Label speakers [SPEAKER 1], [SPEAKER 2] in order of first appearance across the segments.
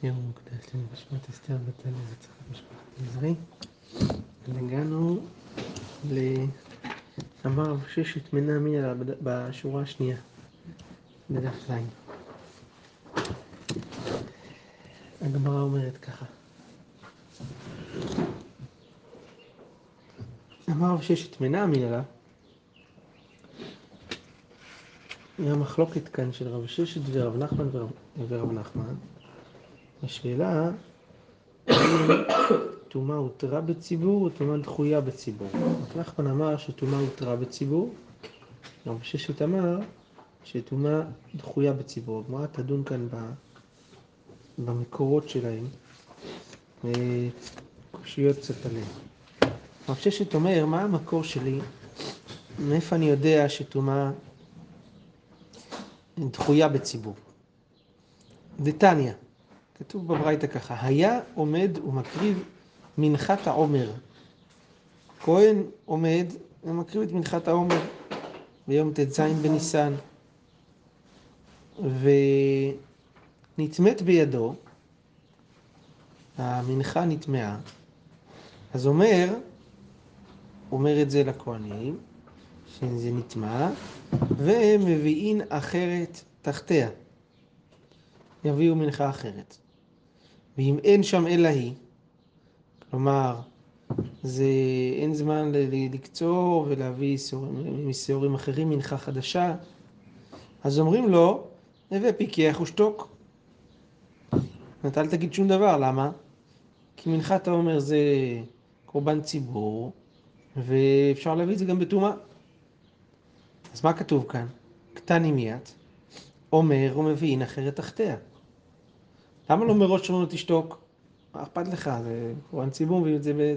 [SPEAKER 1] שיעור מוקדש לנשמת אסתר בת אלי זצ"ל משפחת עזרי. הגענו לאמר רב ששת מנה מינא בשורה השנייה בדף ז'. הגמרא אומרת ככה: אמר רב ששת מנה מינא, היה מחלוקת כאן של רב ששת ורב נחמן ורב נחמן. השאלה האם טומאה הותרה בציבור או טומאה דחויה בציבור. רב נחמן אמר שטומאה הותרה בציבור, רב ששת אמר שטומאה דחויה בציבור. הגמרא תדון כאן במקורות שלהם וקושיות קצת עליהם. רב ששת אומר, מה המקור שלי? מאיפה אני יודע שטומאה דחויה בציבור? דתניא, כתוב בברייתא ככה: היה עומד ומקריב מנחת העומר. כהן עומד ומקריב את מנחת העומר ביום ט"ז בניסן, ונטמאת בידו, המנחה נטמעה. אז אומר את זה לכהנים שזה נטמע, והם מביאים אחרת תחתיה, יביאו מנחה אחרת. ואם אין שם אלא היא, כלומר אין זמן לקצור ולהביא מסעורים אחרים מנחה חדשה, אז אומרים לו הווה פיקח ושתוק, אל תגיד שום דבר. למה? כי מנחת העומר זה קורבן ציבור ואפשר להביא את זה גם בטומאה. אז מה כתוב כאן? קטני מיית אומר ומבין אחרת תחתיה. למה לא מראש אומרים לו תשתוק? מה אכפת לך? זה קורבן ציבור, מביאים את זה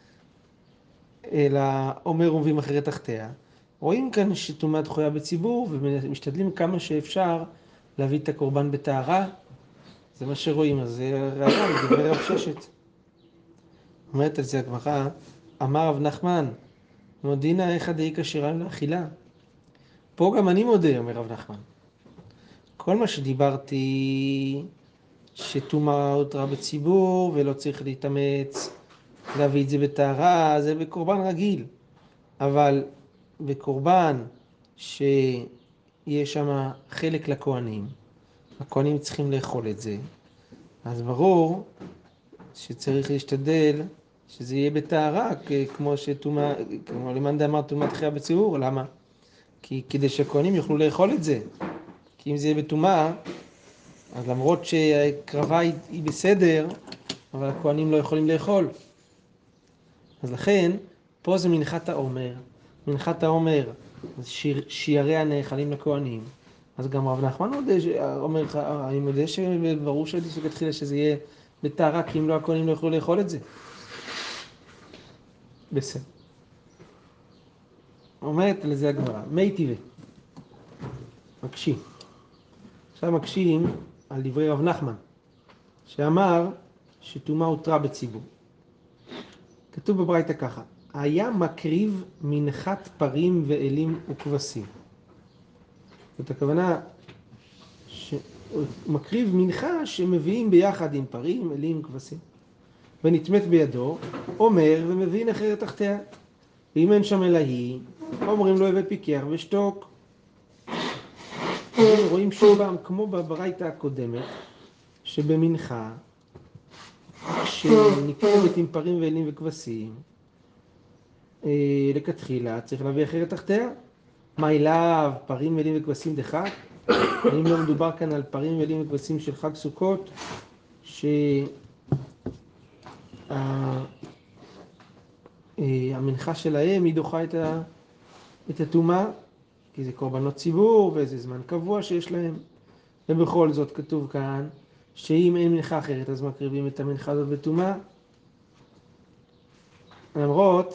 [SPEAKER 1] אלא אומר ומבין אחרת תחתיה. רואים כאן שטומאה דחויה בציבור ומשתדלים כמה שאפשר להביא את הקורבן בטהרה. זה מה שרואים. אז זה ראיה לדברי רב ששת. אומרת על זה הגמרא: אמר רב נחמן מודינא איכא דאי כשרה לאכילה. פה גם אני מודה, אומר רב נחמן. כל מה שדיברתי שטומאה הותרה בציבור ולא צריך להתאמץ להביא את זה בטהרה, זה בקורבן רגיל. אבל בקורבן שיש שם חלק לכהנים, הכהנים צריכים לאכול את זה, אז ברור שצריך להשתדל שזה יהיה בטהרה, כמו למאן דאמר טומאה דחויה בציבור. למה? כי כדי שהכהנים יוכלו לאכול את זה. כי אם זה יהיה בטומאה, אז למרות שהקרבה היא בסדר, אבל הכהנים לא יכולים לאכול. אז לכן, פה זה מנחת העומר. מנחת העומר זה שיעריה נאכלים לכהנים. אז גם רב נחמן אומר לך, אני מודה שברור שהייתי שכתחילה שזה יהיה בטהרה, כי אם לא, הכהנים לא יוכלו לאכול את זה. בסדר. אומרת לזה הגמרא, מי טבעי. מקשים. עכשיו מקשים על דברי רב נחמן, שאמר שטומאה הותרה בציבור. כתוב בברייתא ככה: היה מקריב מנחת פרים ואלים וכבשים. זאת הכוונה שמקריב מנחה שמביאים ביחד עם פרים, אלים, כבשים. ונטמאת בידו, אומר ומבין אחרת תחתיה. ואם אין שם אלא היא, אומרים לו הווה פיקח ושתוק. רואים שוב פעם, כמו בברייתא הקודמת, שבמנחה שנקרבת עם פרים ואלים וכבשים, לכתחילה צריך להביא אחרת תחתיה. מה אליו פרים ואלים וכבשים דחק? האם לא מדובר כאן על פרים ואלים וכבשים של חג סוכות, שהמנחה שלהם היא דוחה את הטומאה, כי זה קורבנות ציבור וזה זמן קבוע שיש להם. ובכל זאת כתוב כאן שאם אין מנחה אחרת אז מקריבים את המנחה הזאת בטומאה. למרות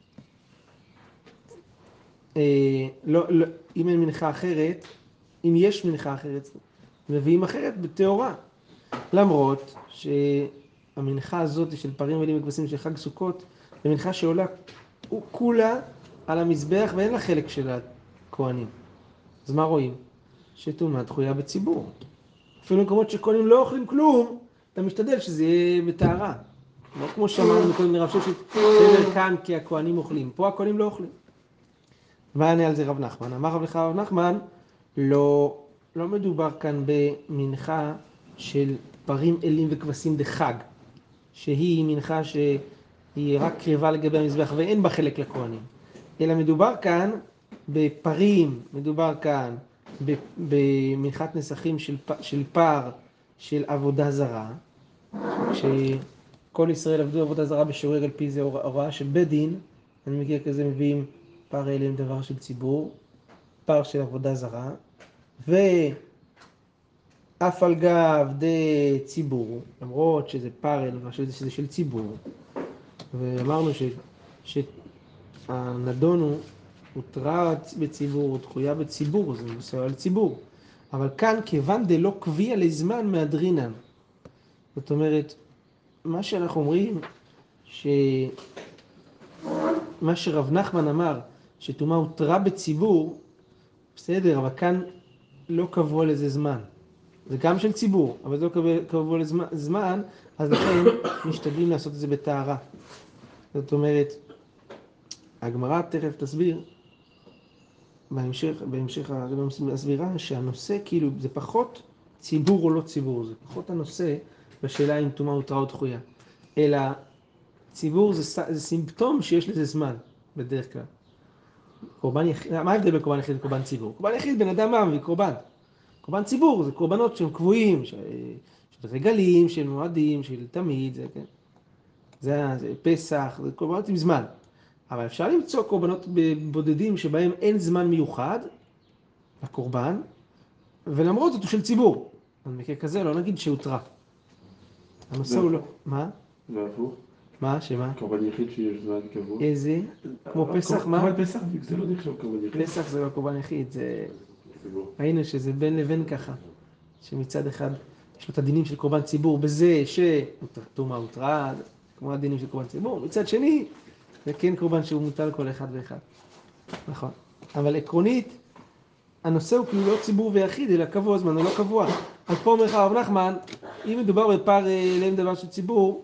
[SPEAKER 1] אם אין מנחה אחרת, אם יש מנחה אחרת, מביאים אחרת בטהורה. למרות שהמנחה הזאת של פרים ואלים וכבשים של חג סוכות, זה מנחה שעולה כולה על המזבח ואין לה חלק של הכהנים. אז מה רואים? שטומאה דחויה בציבור. אפילו מקומות שכהנים לא אוכלים כלום, אתה משתדל שזה יהיה בטהרה. לא כמו שאמרנו קודם לרב ששת, בסדר כאן כי הכהנים אוכלים. פה הכהנים לא אוכלים. מה יענה על זה רב נחמן? אמר רב נחמן, לא מדובר כאן במנחה של פרים אלים וכבשים דחג, שהיא מנחה שהיא רק קריבה לגבי המזבח ואין בה חלק לכהנים. אלא מדובר כאן בפרים, מדובר כאן במנחת נסכים של פר של עבודה זרה, שכל ישראל עבדו עבודה זרה בשורג על פי זה הוראה של בית דין, אני מכיר כזה מביאים פר אלים דבר של ציבור, פר של עבודה זרה, ואף על גב דה ציבור, למרות שזה פר אל שזה של ציבור, ואמרנו שהנדון הוא הותרה בציבור, הוא דחויה בציבור, זה נושא על ציבור. אבל כאן כיוון דלא קביע לזמן מהדרינן. זאת אומרת, מה שאנחנו אומרים, מה שרב נחמן אמר, שטומאה הותרה בציבור, בסדר, אבל כאן לא קבוע לזה זמן. זה גם של ציבור, אבל זה לא קבוע לזמן, אז לכן משתדלים לעשות את זה בטהרה. זאת אומרת, הגמרא תכף תסביר, בהמשך הסבירה שהנושא כאילו זה פחות ציבור או לא ציבור, זה פחות הנושא בשאלה אם טומאה הותרה או דחויה, אלא ציבור זה סימפטום שיש לזה זמן בדרך כלל. קורבן יחיד, מה ההבדל בין קורבן יחיד לקורבן ציבור? קורבן יחיד בן אדם מה מביא קורבן. קורבן ציבור זה קורבנות שהם קבועים, של רגלים, של מועדים, של תמיד, זה, כן? זה פסח, זה קורבנות עם זמן. אבל אפשר למצוא קורבנות בודדים שבהם אין זמן מיוחד לקורבן, ולמרות זאת הוא של ציבור. במקרה כזה לא נגיד שהותרה. הנושא הוא לא... מה?
[SPEAKER 2] והפוך?
[SPEAKER 1] מה? שמה?
[SPEAKER 2] קורבן יחיד שיש זמן קבוע.
[SPEAKER 1] איזה? כמו פסח, מה?
[SPEAKER 2] קורבן פסח זה לא נחשב קורבן יחיד.
[SPEAKER 1] פסח זה לא קורבן יחיד, זה...
[SPEAKER 2] ציבור.
[SPEAKER 1] ראינו שזה בין לבין ככה, שמצד אחד יש לו את הדינים של קורבן ציבור בזה שטומאה הותרה, כמו הדינים של קורבן ציבור, מצד שני זה כן קורבן שהוא מוטל כל אחד ואחד. נכון. אבל עקרונית, הנושא הוא כאילו לא ציבור ויחיד, אלא קבוע זמן, או לא קבוע. אז פה אומר לך רב נחמן, אם מדובר בפר אליהם דבר של ציבור,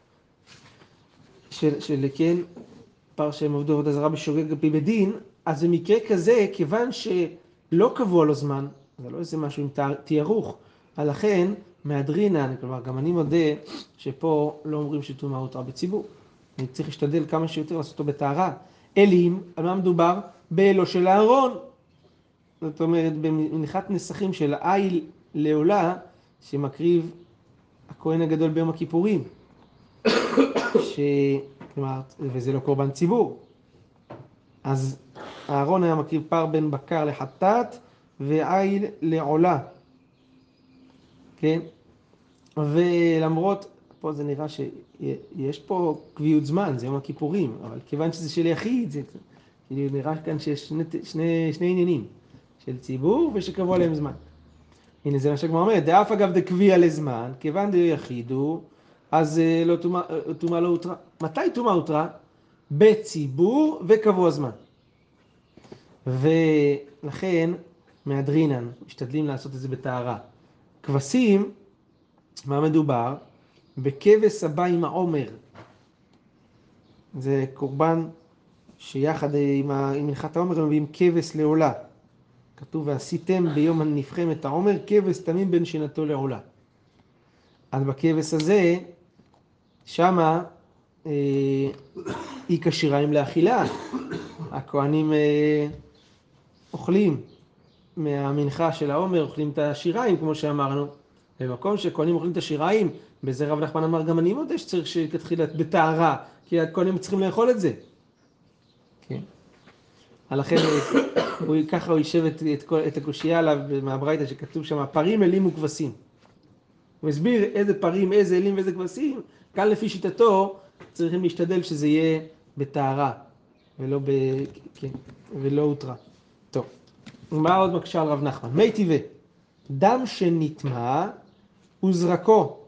[SPEAKER 1] של כן, פר שהם עבדו עבודה זרה בשוגג על פי בדין, אז במקרה כזה, כיוון שלא קבוע לו זמן, זה לא איזה משהו עם תיארוך, לכן מהדרינן, כלומר גם אני מודה שפה לא אומרים שטומאה הותרה בציבור. אני צריך להשתדל כמה שיותר לעשות אותו בטהרה. אלים, על מה מדובר? באלו של אהרון. זאת אומרת, במנחת נסכים של העיל לעולה, שמקריב הכהן הגדול ביום הכיפורים. כלומר, וזה לא קורבן ציבור. אז אהרון היה מקריב פר בן בקר לחטאת, ועיל לעולה. כן? ולמרות, פה זה נראה שיש פה קביעות זמן, זה יום הכיפורים, אבל כיוון שזה של יחיד, זה כאילו נראה כאן שיש שני עניינים, של ציבור ושקבוע להם זמן. הנה זה מה שכבר אומר, דאף אגב דקביע לזמן, כיוון דיו יחידו, אז טומאה לא הותרה. מתי טומאה הותרה? בציבור וקבוע זמן. ולכן מהדרינן, משתדלים לעשות את זה בטהרה. כבשים, מה מדובר? בכבש הבא עם העומר. זה קורבן שיחד עם מנחת העומר הם מביאים כבש לעולה. כתוב ועשיתם ביום הנבחם את העומר כבש תמים בין שנתו לעולה. אז בכבש הזה, שמה היא כשיריים לאכילה. הכהנים אוכלים מהמנחה של העומר, אוכלים את השיריים כמו שאמרנו. במקום שכהנים אוכלים את השיריים, בזה רב נחמן אמר גם אני מודה שצריך שתתחיל בטהרה, כי הכהנים צריכים לאכול את זה. כן. לכן ככה הוא יישב את הקושייה עליו מהברייתא שכתוב שם, פרים אלים וכבשים. הוא הסביר איזה פרים, איזה אלים ואיזה כבשים, כאן לפי שיטתו צריכים להשתדל שזה יהיה בטהרה, ולא הותרה. טוב, מה עוד מקשה על רב נחמן? מי טבעי, דם שנטמא וזרקו.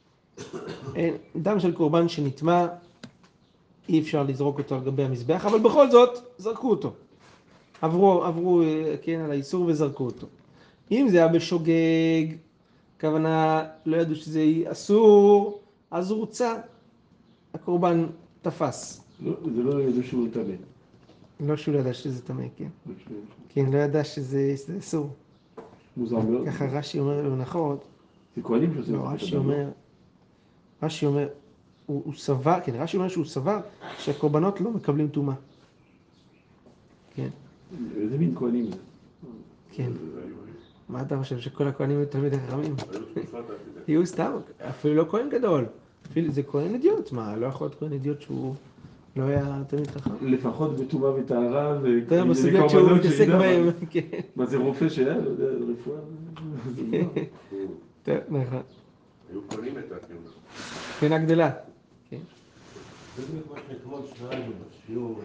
[SPEAKER 1] דם של קורבן שנטמא, אי אפשר לזרוק אותו על גבי המזבח, אבל בכל זאת זרקו אותו. עברו כן, על האיסור וזרקו אותו. אם זה היה בשוגג, הכוונה, לא ידעו שזה אסור, אז הוא רוצה, הקורבן תפס.
[SPEAKER 2] זה לא ידעו שהוא טמא.
[SPEAKER 1] לא שהוא לא ידע שזה טמא, כן.
[SPEAKER 2] לא שהוא-
[SPEAKER 1] כן, לא ידע שזה אסור.
[SPEAKER 2] מוזר מאוד.
[SPEAKER 1] ככה רש"י אומר לו נכון.
[SPEAKER 2] זה כהנים שעושים
[SPEAKER 1] לא,
[SPEAKER 2] את זה.
[SPEAKER 1] רש"י אומר, הוא סבר, כן, רש"י אומר שהוא סבר שהקורבנות לא מקבלים טומאה. כן,
[SPEAKER 2] איזה מין כהנים זה?
[SPEAKER 1] כן. מה אתה חושב, שכל הכהנים היו תלמידי חכמים? יהיו סתם, אפילו לא כהן גדול. אפילו זה כהן אידיוט, מה, לא יכול להיות כהן אידיוט שהוא לא היה תלמיד חכם?
[SPEAKER 2] לפחות בטומאה וטהרה,
[SPEAKER 1] אתה יודע, בסוגיות שהוא מתעסק בהם, כן.
[SPEAKER 2] מה זה רופא שהיה? לא יודע, רפואה? זה מוזר.
[SPEAKER 1] טוב, נכון.
[SPEAKER 3] היו קונים את התיאור.
[SPEAKER 1] כהנה גדולה. כן.
[SPEAKER 4] זה בדיוק מה שאתמול שאלנו בשיעור,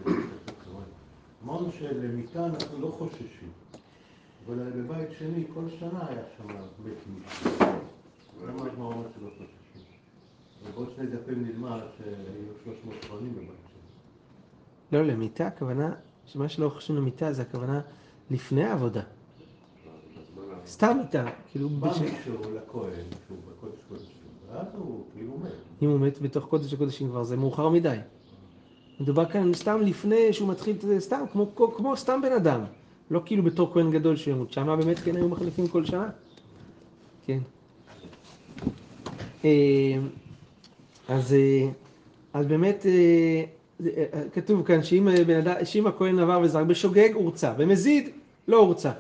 [SPEAKER 4] אמרנו שלמיטה אנחנו לא חוששים, אבל בבית שני כל שנה היה שם בית מישהו. למה הגמרא אומרת שלא חוששים? ובעוד שני דפים נלמד שהיו 300 כהנים בבית שני.
[SPEAKER 1] לא, למיטה, הכוונה, שמה שלא חושבים למיטה זה הכוונה לפני העבודה. סתם מיטה, כאילו
[SPEAKER 4] בא מישהו לכהן, שהוא בקודש קודשים, ואז הוא כאילו מת.
[SPEAKER 1] אם הוא מת בתוך קודש הקודשים כבר, זה מאוחר מדי. מדובר כאן סתם לפני שהוא מתחיל, סתם, כמו סתם בן אדם. לא כאילו בתור כהן גדול שימות. שמה באמת כן היו מחליפים כל שנה. כן. אז באמת, כתוב כאן שאם הכהן עבר וזרק בשוגג, הורצה. במזיד, לא הורצה.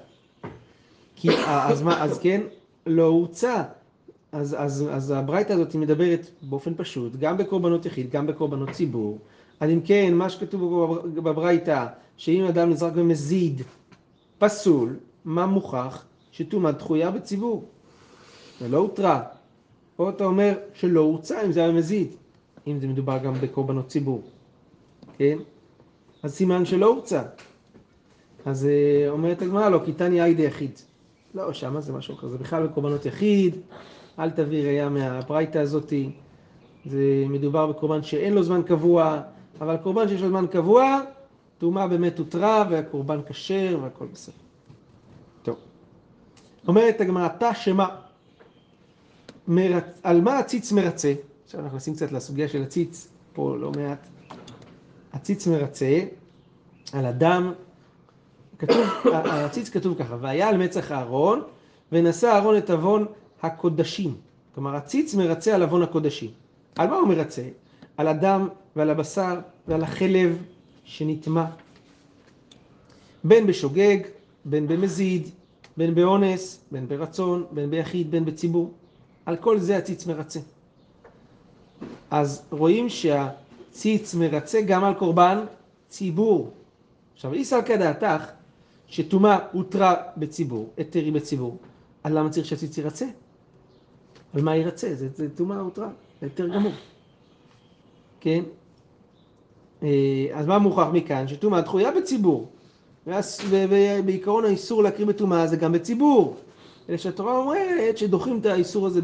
[SPEAKER 1] אז כן, לא הורצה. אז הברייתא הזאת מדברת באופן פשוט, גם בקורבנות יחיד, גם בקורבנות ציבור. אז אם כן, מה שכתוב בברייתא, שאם אדם נזרק במזיד פסול, מה מוכח? שטומאה דחויה בציבור. זה לא הותרה. פה אתה אומר שלא הורצה אם זה היה מזיד, אם זה מדובר גם בקורבנות ציבור. כן? אז סימן שלא הורצה. אז אומרת הגמרא, לא, כי תני איידי יחיד. לא, שמה זה משהו אחר, זה בכלל בקורבנות יחיד, אל תביא ראיה מהברייתא הזאת, זה מדובר בקורבן שאין לו זמן קבוע, אבל קורבן שיש לו זמן קבוע, טומאה באמת הותרה, והקורבן כשר, והכל בסדר. טוב. אומרת הגמרא, תא שמה, על מה הציץ מרצה? עכשיו אנחנו נשים קצת לסוגיה של הציץ, פה לא מעט. הציץ מרצה, על הדם, כתוב, הציץ כתוב ככה, והיה על מצח הארון, ונשא הארון את אבון הקודשים. כלומר, הציץ מרצה על אבון הקודשים. על מה הוא מרצה? על הדם ועל הבשר ועל החלב שנטמע. בין בשוגג, בין במזיד, בין באונס, בין ברצון, בין ביחיד, בין בציבור. על כל זה הציץ מרצה. אז רואים שהציץ מרצה גם על קורבן ציבור. עכשיו, איסר כדעתך, שטומאה הותרה בציבור, היתרי בציבור. על למה צריך שהציץ ירצה? על מה ירצה? זה טומאה הותרה, זה היתר גמור. כן? אז מה מוכח מכאן? שטומאה דחויה בציבור. ובעיקרון האיסור להקריב בטומאה זה גם בציבור. אלא שהתורה אומרת שדוחים את האיסור הזה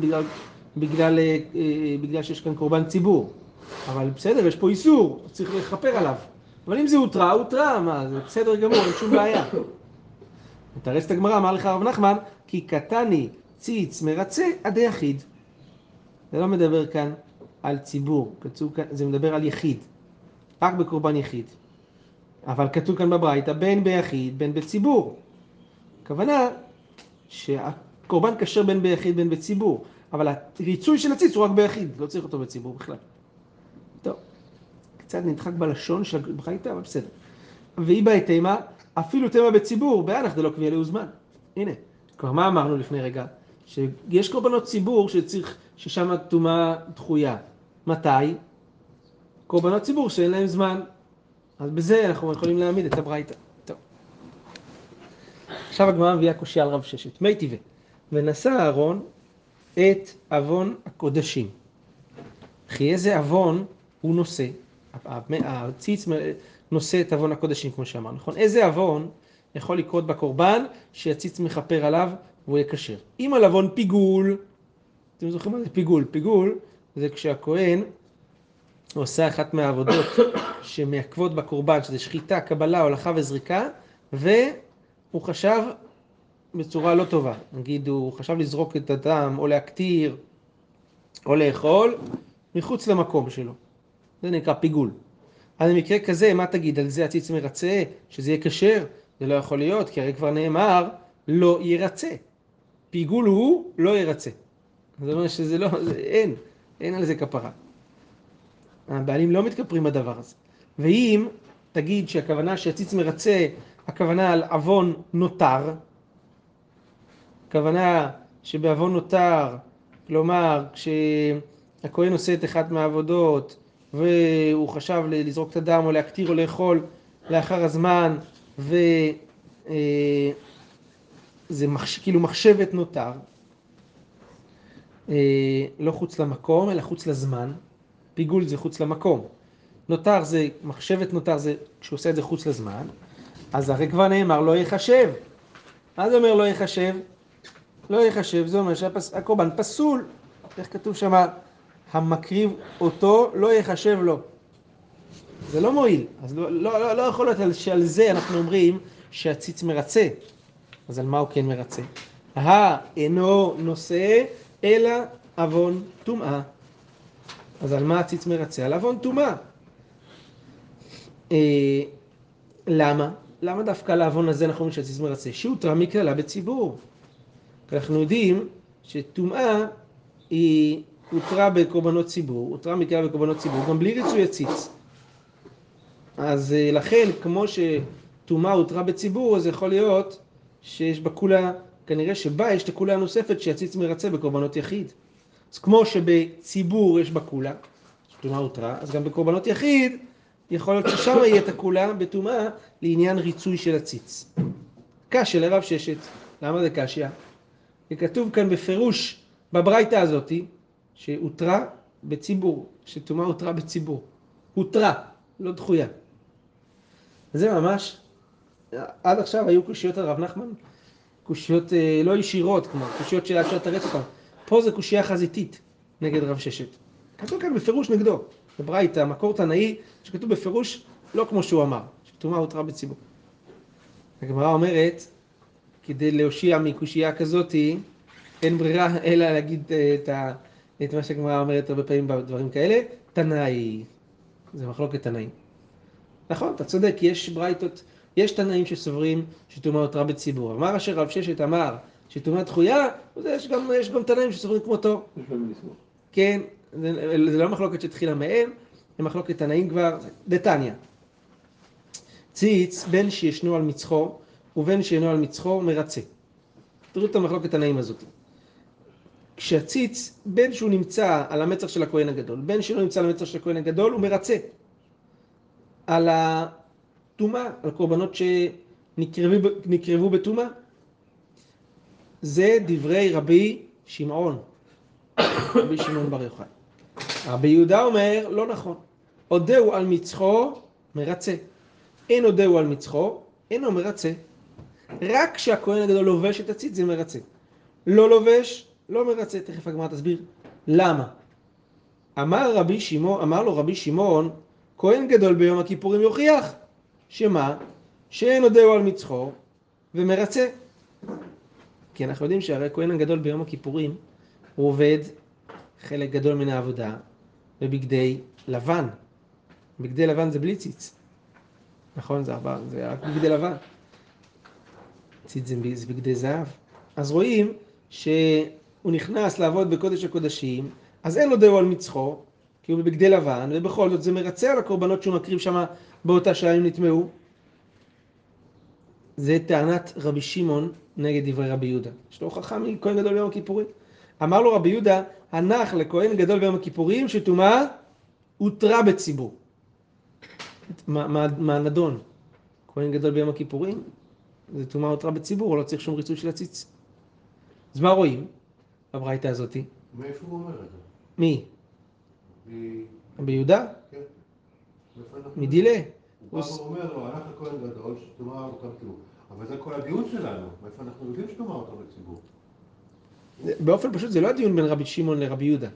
[SPEAKER 1] בגלל שיש כאן קורבן ציבור. אבל בסדר, יש פה איסור, צריך לכפר עליו. אבל אם זה הותרה, מה, זה בסדר גמור, אין שום בעיה. מתרץ את הגמרא, אמר לך הרב נחמן, כי קטני ציץ מרצה עד יחיד. זה לא מדבר כאן על ציבור, זה מדבר על יחיד, רק בקורבן יחיד. אבל כתוב כאן בברייתא, בין ביחיד, בין בציבור. הכוונה שהקורבן כשר בין ביחיד, בין בציבור. אבל הריצוי של הציץ הוא רק ביחיד, לא צריך אותו בציבור בכלל. טוב, קצת נדחק בלשון של הברייתא, אבל בסדר. והיא בהתאמה, אפילו תמה בציבור, באנח דלא קביע להו זמן. הנה, כבר מה אמרנו לפני רגע? שיש קורבנות ציבור ששם טומאה דחויה. מתי? קורבנות ציבור שאין להם זמן. אז בזה אנחנו יכולים להעמיד את הברייתא. טוב. עכשיו הגמרא מביאה קושיה על רב ששת. מי טבעי. ונשא אהרון את אבון הקודשים. וכי איזה אבון הוא נושא? הציץ נושא את אבון הקודשים, כמו שאמר, נכון? איזה אבון יכול לקרות בקורבן שהציץ מחפר עליו והוא יהיה כשר? אם על אבון פיגול, אתם זוכרים מה זה פיגול? פיגול זה כשהכהן עושה אחת מהעבודות שמעכבות בקורבן, שזה שחיטה, קבלה, הולכה וזריקה, והוא חשב בצורה לא טובה. נגיד, הוא חשב לזרוק את הדם, או להקטיר, או לאכול, מחוץ למקום שלו. זה נקרא פיגול. אז במקרה כזה, מה תגיד? על זה הציץ מרצה? שזה יהיה כשר? זה לא יכול להיות, כי הרי כבר נאמר, לא ירצה. פיגול הוא לא ירצה. זאת אומרת שזה לא, אין על זה כפרה. הבעלים לא מתכפרים בדבר הזה. ואם תגיד שהכוונה שהציץ מרצה, הכוונה על אבון נותר, הכוונה שבאבון נותר, כלומר כשהכהן עושה את אחת מהעבודות והוא חשב לזרוק את הדם או להקטיר או לאכול לאחר הזמן וזה כאילו מחשבת נותר, לא חוץ למקום אלא חוץ לזמן. פיגול זה חוץ למקום, נותר זה מחשבת נותר, זה כשהוא עושה את זה חוץ לזמן, אז הרי כבר נאמר לא יחשב. מה זה אומר לא יחשב? לא יחשב, זה אומר שהקורבן פסול. איך כתוב שם? המקריב אותו לא יחשב לו. זה לא מועיל. אז לא יכול להיות שעל זה אנחנו אומרים שהציץ מרצה. אז על מה הוא כן מרצה? אינו נושא אלא אבון טומאה. אז על מה הציץ מרצה? על אבון טומאה. למה? למה דווקא על האבון הזה אנחנו אומרים שהציץ מרצה? שהותרה מקללה בציבור. אנחנו יודעים שטומאה היא הותרה בקורבנות ציבור, הותרה מקללה בקורבנות ציבור, גם בלי ריצוי הציץ. אז לכן, כמו שטומאה הותרה בציבור, אז יכול להיות שיש בקולה, כנראה שבה יש את הקולה הנוספת שהציץ מרצה בקורבנות יחיד. אז כמו שבציבור יש בקולה, שטומאה הותרה, אז גם בקורבנות יחיד יכול להיות ששם יהיה את הקולה בטומאה לעניין ריצוי של הציץ. קשיא לרב ששת. למה זה קשיא? כי כתוב כאן בפירוש בברייתא הזאת שהותרה בציבור, שטומאה הותרה בציבור. הותרה, לא דחויה. זה ממש, עד עכשיו היו קושיות הרב נחמן, קושיות לא ישירות, כמו קושיות שעד שעת הרץ אותם. פה זה קושייה חזיתית נגד רב ששת. כתוב כאן בפירוש נגדו. בברייתא, מקור תנאי, שכתוב בפירוש לא כמו שהוא אמר, שטומאה הותרה בציבור. הגמרא אומרת, כדי להושיע מקושייה כזאת, אין ברירה אלא להגיד את מה שהגמרא אומרת הרבה פעמים בדברים כאלה, תנאי. זה מחלוקת תנאים. נכון, אתה צודק, יש ברייתות, יש תנאים שסוברים שטומאה הותרה בציבור. אמר אשר רב ששת אמר שטומאה דחויה, יש גם תנאים שסוברים כמותו.
[SPEAKER 2] יש להם לסמוך.
[SPEAKER 1] כן, זה לא מחלוקת שהתחילה מהם, זה מחלוקת תנאים כבר, דתניא. ציץ בין שישנו על מצחו ובין שאינו על מצחו מרצה. תראו את המחלוקת תנאים הזאת. כשהציץ, בין שהוא נמצא על המצח של הכהן הגדול, בין שלא נמצא על המצח של הכהן הגדול, הוא מרצה. על הטומאה, על קורבנות שנקרבו בטומאה. זה דברי רבי שמעון, רבי שמעון בר יוחאי. רבי יהודה אומר, לא נכון. הודהו על מצחו, מרצה. אין הודהו על מצחו, אינו מרצה. רק כשהכהן הגדול לובש את הציץ זה מרצה. לא לובש, לא מרצה. תכף הגמרא תסביר. למה? אמר לו רבי שמעון, כהן גדול ביום הכיפורים יוכיח. שמה? שאין הודהו על מצחו ומרצה. כי אנחנו יודעים שהרי הכהן הגדול ביום הכיפורים הוא עובד חלק גדול מן העבודה בבגדי לבן. בגדי לבן זה בלי ציץ. נכון, זה רק בגדי לבן. ציץ זה בגדי זהב. אז רואים שהוא נכנס לעבוד בקודש הקודשים, אז אין לו דהו על מצחו, כי הוא בבגדי לבן, ובכל זאת זה מרצה על הקורבנות שהוא מקריב שם באותה שעה אם נטמעו. זה טענת רבי שמעון נגד דברי רבי יהודה. יש לו הוכחה מכהן גדול ביום הכיפורים. אמר לו רבי יהודה, הנח לכהן גדול ביום הכיפורים שטומאה הותרה בציבור. מה נדון? כהן גדול ביום הכיפורים, זה טומאה הותרה בציבור, הוא לא צריך שום ריצוי של הציץ. אז מה רואים בברייתא הזאת?
[SPEAKER 4] מאיפה הוא אומר את זה?
[SPEAKER 1] מי? רבי יהודה?
[SPEAKER 4] כן.
[SPEAKER 1] מדילה.
[SPEAKER 4] הוא בא ואומר לו, הלך לכהן גדול שטומאה הותרה בציבור. אבל זה כל הדיון שלנו, מאיפה אנחנו יודעים שטומאה הותרה בציבור?
[SPEAKER 1] באופן פשוט זה לא הדיון בין רבי שמעון לרבי יהודה.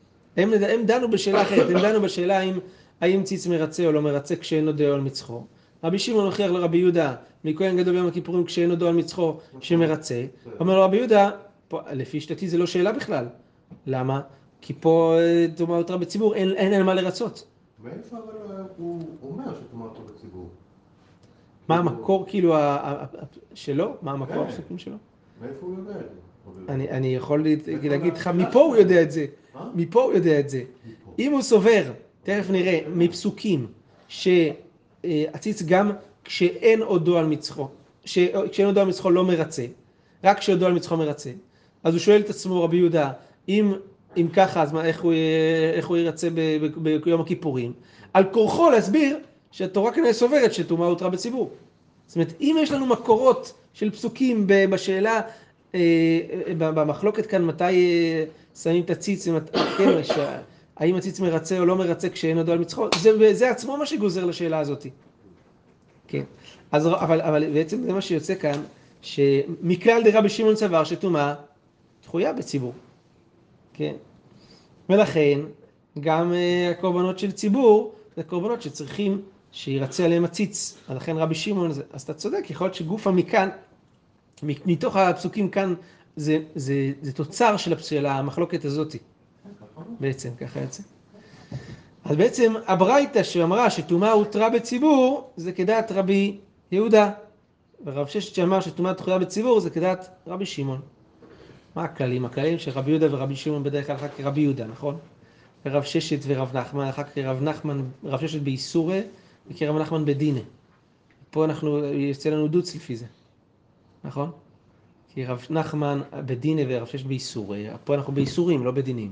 [SPEAKER 1] הם דנו בשאלה אחרת, הם דנו בשאלה האם ציץ מרצה או לא מרצה כשאין הודהו על מצחו. רבי שמעון הוכיח לרבי יהודה, מכהן גדול ביום הכיפורים כשאין הודו על מצחו שמרצה. אומר לו רבי יהודה, לפי שיטתי זה לא שאלה בכלל. למה? כי פה טומאה הותרה בציבור, אין מה לרצות.
[SPEAKER 4] מאיפה אבל הוא אומר שטומאה הותרה בציבור?
[SPEAKER 1] מה המקור כאילו שלו? מה המקור הפסוקים שלו?
[SPEAKER 4] מאיפה הוא יודע את זה?
[SPEAKER 1] אני יכול להגיד לך, מפה הוא יודע את זה. מפה הוא יודע את זה. אם הוא סובר, תכף נראה, מפסוקים, שעציץ גם כשאין הודו על מצחו, כשאין הודו על מצחו לא מרצה, רק כשהודו על מצחו מרצה, אז הוא שואל את עצמו רבי יהודה, אם ככה, אז איך הוא ירצה ביום הכיפורים? על כורחו להסביר שהתורה כנראה סוברת שטומאה הותרה בציבור. זאת אומרת, אם יש לנו מקורות של פסוקים בשאלה, במחלוקת כאן, מתי שמים את הציץ, האם הציץ מרצה או לא מרצה כשאין הודו על מצחו, זה עצמו מה שגוזר לשאלה הזאת. כן. אבל בעצם זה מה שיוצא כאן, שמכלל דרבי שמעון סבר שטומאה תחויה בציבור. כן. ולכן, גם הקורבנות של ציבור, זה קורבנות שצריכים שירצה עליהם הציץ. לכן רבי שמעון, אז אתה צודק, יכול להיות שגופה מכאן, מתוך הפסוקים כאן, זה תוצר של המחלוקת הזאת. בעצם, ככה יצא. אז בעצם הברייתא שאמרה שטומאה הותרה בציבור, זה כדעת רבי יהודה. ורב ששת שאמר שטומאה תחויה בציבור, זה כדעת רבי שמעון. מה הכללים? הכללים של רבי יהודה ורבי שמעון בדרך כלל אחר כרבי יהודה, נכון? ורב ששת ורב נחמן, אחר כרב נחמן, רב ששת באיסורי, וכרב נחמן בדיני. פה יוצא לנו דוץ לפי זה, נכון? כי רב נחמן בדיני ורב ששת באיסורי, פה אנחנו באיסורים, לא בדינים.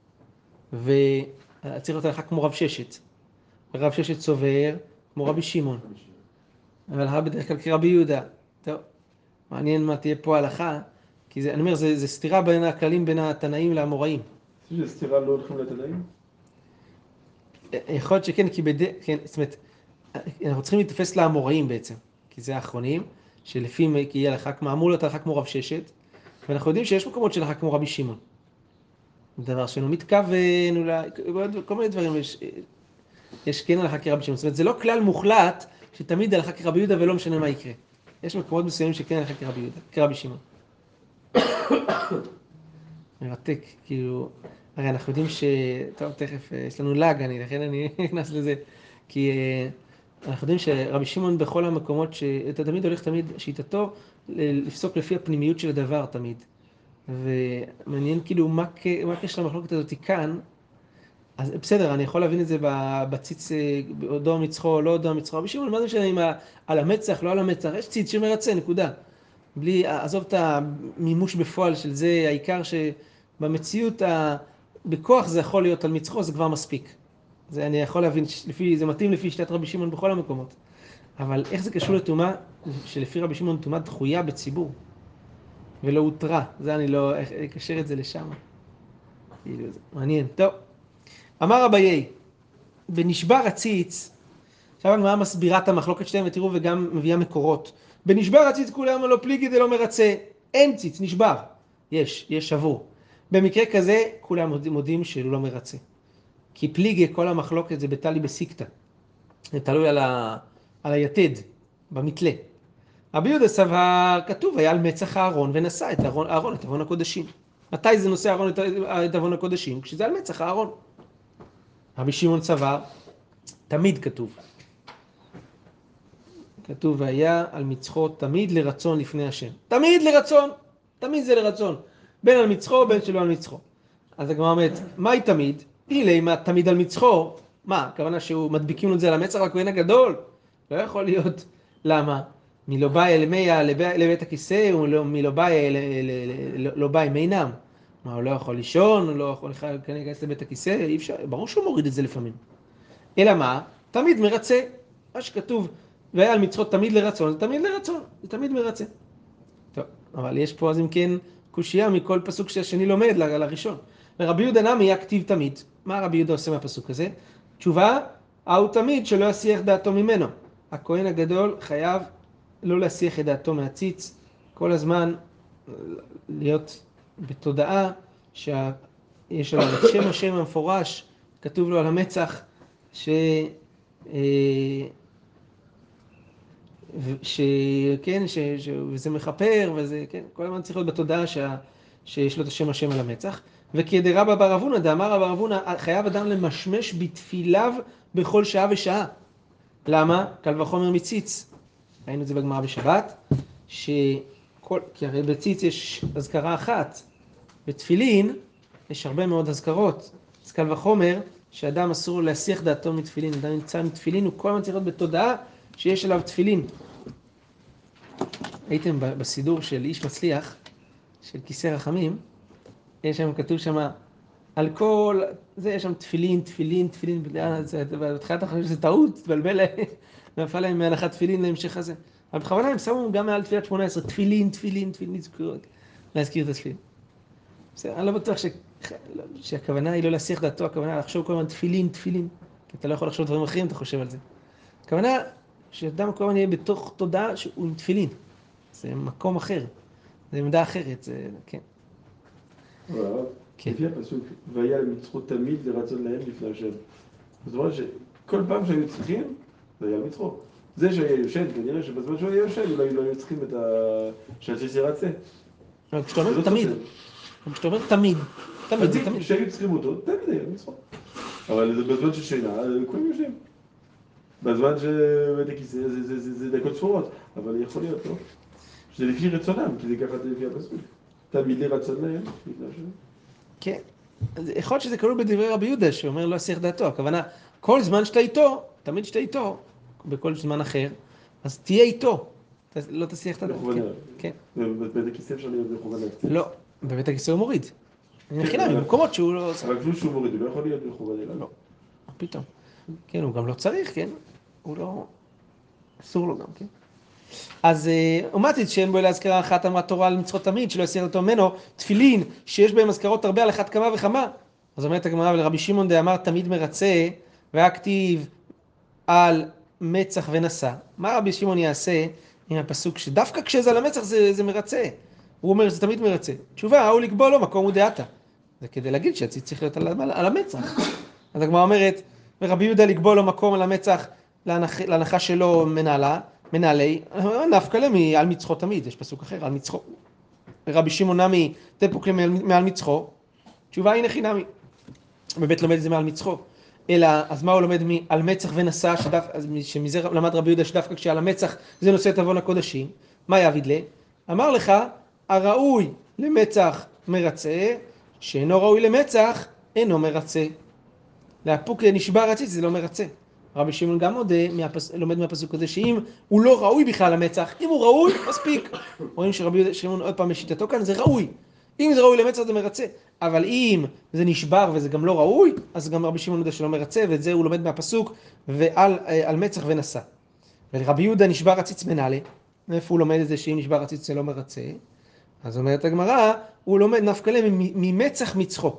[SPEAKER 1] וצריך להיות הלכה כמו רב ששת. ורב ששת סובר כמו רבי שמעון. אבל הלכה בדרך כלל כרבי יהודה. טוב, מעניין מה תהיה פה ההלכה, כי אני אומר, זה סתירה בין הכללים בין התנאים לאמוראים.
[SPEAKER 2] זה סתירה לא הולכים לתנאים?
[SPEAKER 1] יכול להיות שכן, כן, זאת אומרת, אנחנו צריכים להתפס לאמוראים בעצם, כי זה האחרונים, שלפי כי יהיה הלכה, אמור להיות הלכה כמו רב ששת, ואנחנו יודעים שיש מקומות של הלכה כמו רבי שמעון. דבר שאינו מתכוון, אולי, כל מיני דברים יש כן הלכה כרבי שמעון. זאת אומרת, זה לא כלל מוחלט שתמיד הלכה כרבי יהודה ולא משנה מה יקרה. יש מקומות מסוימים שכן הלכה כרבי יהודה, כרבי שמעון. מרתק, כאילו, הרי אנחנו יודעים טוב, תכף, יש לנו לג, לכן אני נכנס לזה, כי אנחנו יודעים שרבי שמעון בכל המקומות, שאתה תמיד הולך שיטתו לפסוק לפי הפנימיות של הדבר תמיד. ומעניין כאילו מה קשר למחלוקת הזאת כאן, אז בסדר, אני יכול להבין את זה בציץ, הודו על מצחו או לא הודו על מצחו, רבי שמעון, מה זה משנה אם על המצח, לא על המצח, יש ציץ שמרצה, נקודה. בלי, עזוב את המימוש בפועל של זה, העיקר שבמציאות, בכוח זה יכול להיות על מצחו, זה כבר מספיק. זה אני יכול להבין, זה מתאים לפי שיטת רבי שמעון בכל המקומות. אבל איך זה קשור לטומאה, שלפי רבי שמעון טומאה דחויה בציבור, ולא הותרה, זה אני לא אקשר את זה לשם. כאילו זה מעניין. טוב, אמר אביי, בנשבר הציץ, עכשיו הגמרא מסבירה את המחלוקת שלהם, ותראו וגם מביאה מקורות. בנשבר הציץ כולם לא פליגי דלא מרצה, אין ציץ, נשבר, יש שבור. במקרה כזה כולם מודים שהוא לא מרצה. כי פליגי, כל המחלוקת זה בתלי בסיקתא. זה תלוי על היתד, במתלה. רבי יהודה סבר, כתוב, היה על מצח הארון ונשא את הארון, את ארון הקודשים. מתי זה נושא הארון את ארון הקודשים? כשזה על מצח הארון. רבי שמעון סבר, תמיד כתוב. כתוב, והיה על מצחו תמיד לרצון לפני השם. תמיד לרצון, תמיד זה לרצון. בין על מצחו, בין שלא על מצחו. אז הגמרא אומרת, מהי תמיד? אילי, מה תמיד על מצחו? מה, הכוונה שהוא מדביקים את זה על המצח לכהן הגדול? לא יכול להיות. למה? מי לא בא אל מיה לבית הכיסא, ומי לא בא עם עינם. מה, הוא לא יכול לישון, הוא לא יכול להיכנס לבית הכיסא, אי אפשר, ברור שהוא מוריד את זה לפעמים. אלא מה? תמיד מרצה. מה שכתוב, והיה על מצחו תמיד לרצון, זה תמיד לרצון, זה תמיד מרצה. טוב, אבל יש פה אז אם כן קושייה מכל פסוק שהשני לומד לראשון. ורבי יהודה נמי הכתיב תמיד. מה רבי יהודה עושה מהפסוק הזה? תשובה, הוא תמיד שלא יסיח דעתו ממנו. הכהן הגדול חייב לא להסיח את דעתו מהציץ, כל הזמן להיות בתודעה שיש עליו את שם השם המפורש, כתוב לו על המצח, שכן, וזה מכפר, וזה, כן, כל הזמן צריך להיות בתודעה שיש לו את השם על המצח. וכדרבא בר אבונא, דאמר רבא אבונא, חייב אדם למשמש בתפיליו בכל שעה ושעה. למה? קל וחומר מציץ. ראינו את זה בגמרא בשבת, כי הרי בציץ יש אזכרה אחת, בתפילין יש הרבה מאוד אזכרות. אז קל וחומר שאדם אסור לו להסיח דעתו מתפילין, אדם נמצא מתפילין, הוא כל הזמן צריך להיות בתודעה שיש עליו תפילין. הייתם בסידור של איש מצליח, של כיסא רחמים, יש שם, כתוב שם, על כל זה יש שם תפילין, בהתחלת החושב שזה טעות, תבלבל להם, נפל להם מהנחת תפילין להמשך הזה. אבל בכוונה הם שמו גם מעל תפילת 18, תפילין, להזכיר את התפילין. בסדר, אני לא בטוח שהכוונה היא לא להסיח דעתו, הכוונה לחשוב כל הזמן תפילין, כי אתה לא יכול לחשוב דברים אחרים, אתה חושב על זה. הכוונה שאדם כל הזמן יהיה בתוך תודעה שהוא עם תפילין. זה מקום אחר, זה עמדה אחרת, זה, כן.
[SPEAKER 2] לפי הפסוק, והיה למצחו תמיד לרצון להם לפני השם. זאת אומרת שכל פעם שהיו צריכים, זה היה מצחו. זה שהיה יושן, כנראה שבזמן שהוא היה יושן, אולי לא היו צריכים את שהשש ירצה.
[SPEAKER 1] אבל כשאתה אומר תמיד,
[SPEAKER 2] כשהיו צריכים אותו, תמיד היה מצחו. אבל זה בזמן של שינה, כולם יושנים. בזמן שבית הכיסא זה דקות ספורות, אבל יכול להיות, לא? שזה לפי רצונם, כי זה ככה לפי הפסוק. תמיד לרצון להם לפני השם.
[SPEAKER 1] כן, יכול להיות שזה כלול בדברי רבי יהודה, שאומר לא להסיח דעתו. הכוונה, כל זמן שאתה איתו, תמיד שאתה איתו, בכל זמן אחר, אז תהיה איתו, לא תסיח את הדעת. כן.
[SPEAKER 2] בבית הכיסא אפשר להיות מכוון להקצת?
[SPEAKER 1] לא, בבית הכיסא הוא מוריד. אני מכינה, במקומות שהוא לא...
[SPEAKER 2] אבל כפי שהוא מוריד, הוא לא יכול להיות מכוון אליו.
[SPEAKER 1] לא, פתאום. כן, הוא גם לא צריך, כן? הוא לא... אסור לו גם, כן? אז אומתית שאין בו אלא אזכרה אחת, אמרה תורה על מצוות תמיד, שלא יסיר אותו ממנו, תפילין שיש בהם אזכרות הרבה על אחת כמה וכמה. אז אומרת הגמרא, ולרבי שמעון דאמר תמיד מרצה, והכתיב על מצח ונשא. מה רבי שמעון יעשה עם הפסוק שדווקא כשזה על המצח זה מרצה? הוא אומר זה תמיד מרצה. תשובה, הוא לקבוע לו מקום ודעתה. זה כדי להגיד שהציץ צריך להיות על המצח. אז הגמרא אומרת, ורבי יהודה לקבוע לו מקום על המצח להנחה שלו מנהלי, נפקא להם על מצחו תמיד, יש פסוק אחר, על מצחו. רבי שמעון נמי תפוק מעל מצחו, תשובה הנה חינמי. בבית לומד את זה מעל מצחו. אלא, אז מה הוא לומד על מצח ונשא, שמזה למד רבי יהודה שדווקא כשעל המצח זה נושא תבון הקודשים. מה יעביד לה? אמר לך, הראוי למצח מרצה, שאינו ראוי למצח, אינו מרצה. להפוק נשבר הציץ, זה לא מרצה. רבי שמעון גם לומד מהפסוק הזה, שאם הוא לא ראוי בכלל למצח, אם הוא ראוי, מספיק. רואים שרבי שמעון עוד פעם בשיטתו כאן, זה ראוי. אם זה ראוי למצח זה מרצה, אבל אם זה נשבר וזה גם לא ראוי, אז גם רבי שמעון יודע שלא מרצה, ואת זה הוא לומד מהפסוק, ועל מצח ונשא. ורבי יהודה נשבר הציץ מנהלה, איפה הוא לומד את זה שאם נשבר הציץ זה לא מרצה? אז אומרת הגמרא, הוא לומד נפקא להם ממצח מצחו.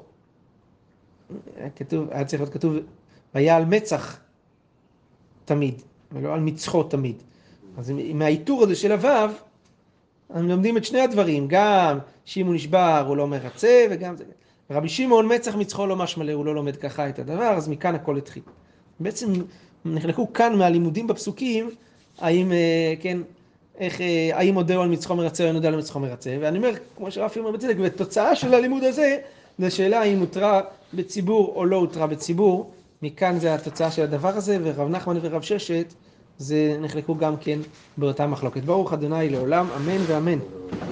[SPEAKER 1] היה צריך להיות כתוב, והיה על מצח תמיד, ולא על מצחו תמיד. אז מהאיתור הזה של הוו, אנחנו לומדים את שני הדברים, גם שאם הוא נשבר הוא לא מרצה, וגם זה. רבי שמעון מצח מצחו לא משמע, הוא לא לומד ככה את הדבר, אז מכאן הכל התחיל. בעצם נחלקו כאן מהלימודים בפסוקים, האם, כן, האם הודהו על מצחו מרצה או אין הודהו על מצחו מרצה, ואני אומר, כמו שרפי אומר בצדק, בתוצאה של הלימוד הזה, זו שאלה האם הותרה בציבור או לא הותרה בציבור, מכאן זה התוצאה של הדבר הזה, ורב נחמן ורב ששת, זה נחלקו גם כן באותה מחלוקת. ברוך ה' לעולם, אמן ואמן.